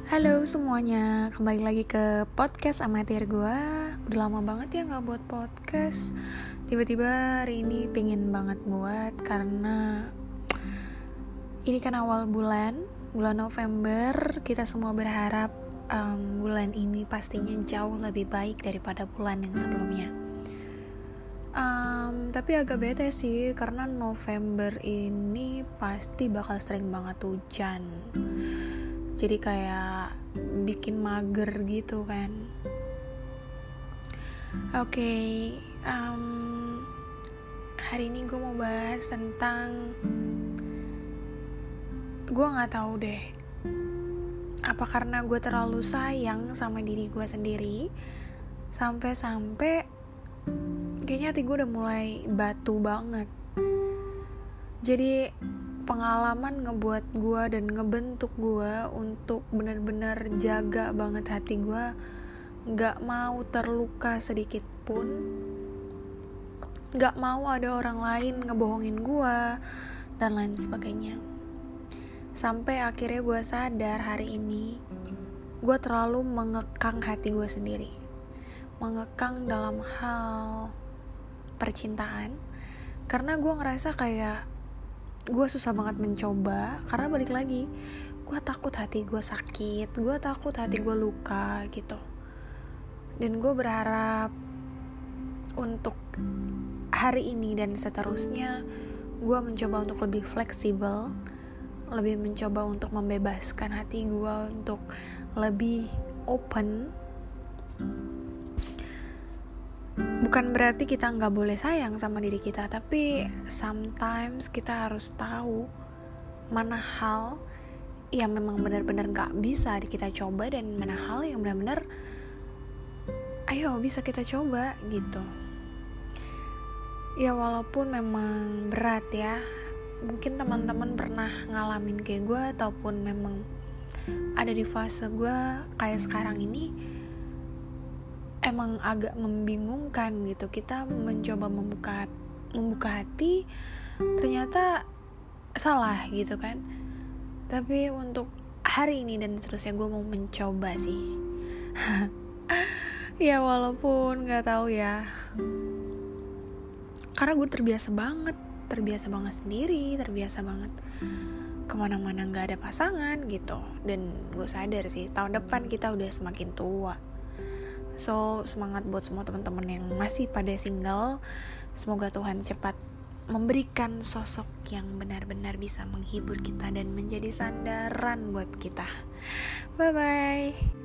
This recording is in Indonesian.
Halo semuanya, kembali lagi ke podcast amatir gue. Udah lama banget ya gak buat podcast. Tiba-tiba hari ini pengen banget buat, karena ini kan awal bulan November. Kita semua berharap bulan ini pastinya jauh lebih baik daripada bulan yang sebelumnya. Tapi agak bete sih, karena November ini pasti bakal sering banget hujan. Jadi kayak bikin mager gitu kan. Oke, hari ini gue mau bahas tentang, gue gak tahu deh, apa karena gue terlalu sayang sama diri gue sendiri sampai kayaknya hati gue udah mulai batu banget. Jadi pengalaman ngebuat gue dan ngebentuk gue untuk benar-benar jaga banget hati gue, gak mau terluka sedikit pun, gak mau ada orang lain ngebohongin gue dan lain sebagainya. Sampai akhirnya gue sadar hari ini gue terlalu mengekang hati gue sendiri, mengekang dalam hal percintaan, karena gue ngerasa kayak gue susah banget mencoba, karena balik lagi gue takut hati gue sakit, gue takut hati gue luka gitu. Dan gue berharap untuk hari ini dan seterusnya gue mencoba untuk lebih fleksibel, lebih mencoba untuk membebaskan hati gue untuk lebih open. Bukan berarti kita gak boleh sayang sama diri kita, tapi sometimes kita harus tahu mana hal yang memang benar-benar gak bisa kita coba, dan mana hal yang benar-benar ayo bisa kita coba gitu. Ya walaupun memang berat ya, mungkin teman-teman pernah ngalamin kayak gue, ataupun memang ada di fase gue kayak sekarang ini. Emang agak membingungkan gitu. Kita mencoba membuka hati, ternyata salah gitu kan. Tapi untuk hari ini dan seterusnya gue mau mencoba sih. Ya walaupun gak tahu ya, karena gue terbiasa banget sendiri, terbiasa banget kemana-mana gak ada pasangan gitu. Dan gue sadar sih tahun depan kita udah semakin tua. So, semangat buat semua teman-teman yang masih pada single. Semoga Tuhan cepat memberikan sosok yang benar-benar bisa menghibur kita dan menjadi sandaran buat kita. Bye-bye.